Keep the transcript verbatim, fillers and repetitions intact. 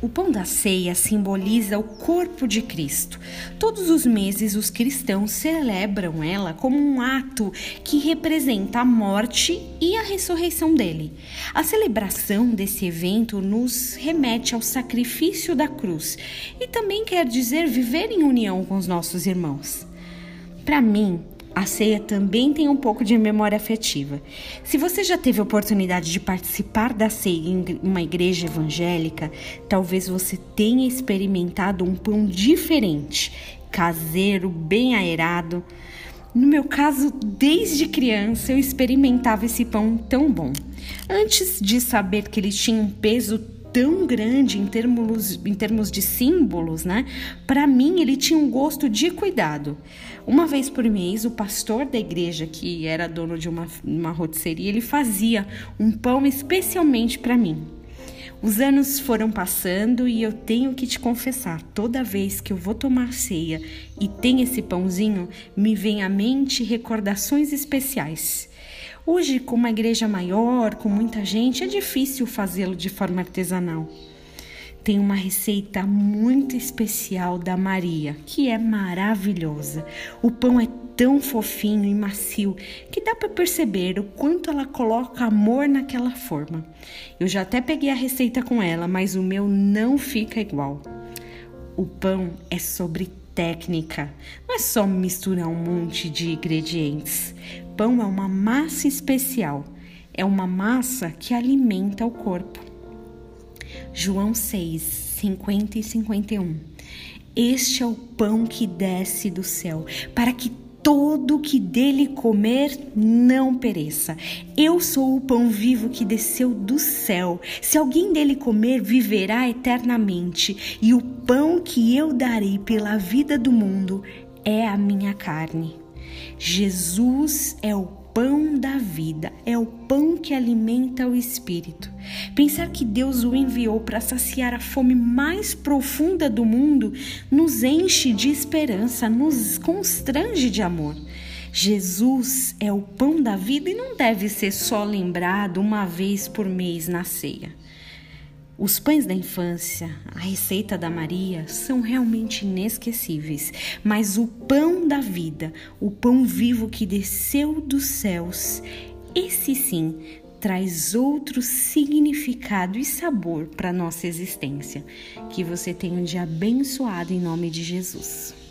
O pão da ceia simboliza o corpo de Cristo. Todos os meses os cristãos celebram ela como um ato que representa a morte e a ressurreição dele. A celebração desse evento nos remete ao sacrifício da cruz e também quer dizer viver em união com os nossos irmãos. Para mim, a ceia também tem um pouco de memória afetiva. Se você já teve a oportunidade de participar da ceia em uma igreja evangélica, talvez você tenha experimentado um pão diferente, caseiro, bem aerado. No meu caso, desde criança, eu experimentava esse pão tão bom. Antes de saber que ele tinha um peso tão grande em termos, em termos de símbolos, né? Para mim, ele tinha um gosto de cuidado. Uma vez por mês, o pastor da igreja, que era dono de uma, uma rotisserie, ele fazia um pão especialmente para mim. Os anos foram passando e eu tenho que te confessar, toda vez que eu vou tomar ceia e tem esse pãozinho, me vem à mente recordações especiais. Hoje, com uma igreja maior, com muita gente, é difícil fazê-lo de forma artesanal. Tem uma receita muito especial da Maria, que é maravilhosa. O pão é tão fofinho e macio que dá para perceber o quanto ela coloca amor naquela forma. Eu já até peguei a receita com ela, mas o meu não fica igual. O pão é sobre técnica, não é só misturar um monte de ingredientes. Pão é uma massa especial, é uma massa que alimenta o corpo. João seis, cinquenta e cinquenta e um. Este é o pão que desce do céu, para que todo que dele comer não pereça. Eu sou o pão vivo que desceu do céu. Se alguém dele comer, viverá eternamente. E o pão que eu darei pela vida do mundo é a minha carne. Jesus é o pão da vida, é o pão que alimenta o espírito. Pensar que Deus o enviou para saciar a fome mais profunda do mundo nos enche de esperança, nos constrange de amor. Jesus é o pão da vida e não deve ser só lembrado uma vez por mês na ceia. Os pães da infância, a receita da Maria, são realmente inesquecíveis, mas o pão da vida, o pão vivo que desceu dos céus, esse sim traz outro significado e sabor para a nossa existência. Que você tenha um dia abençoado em nome de Jesus.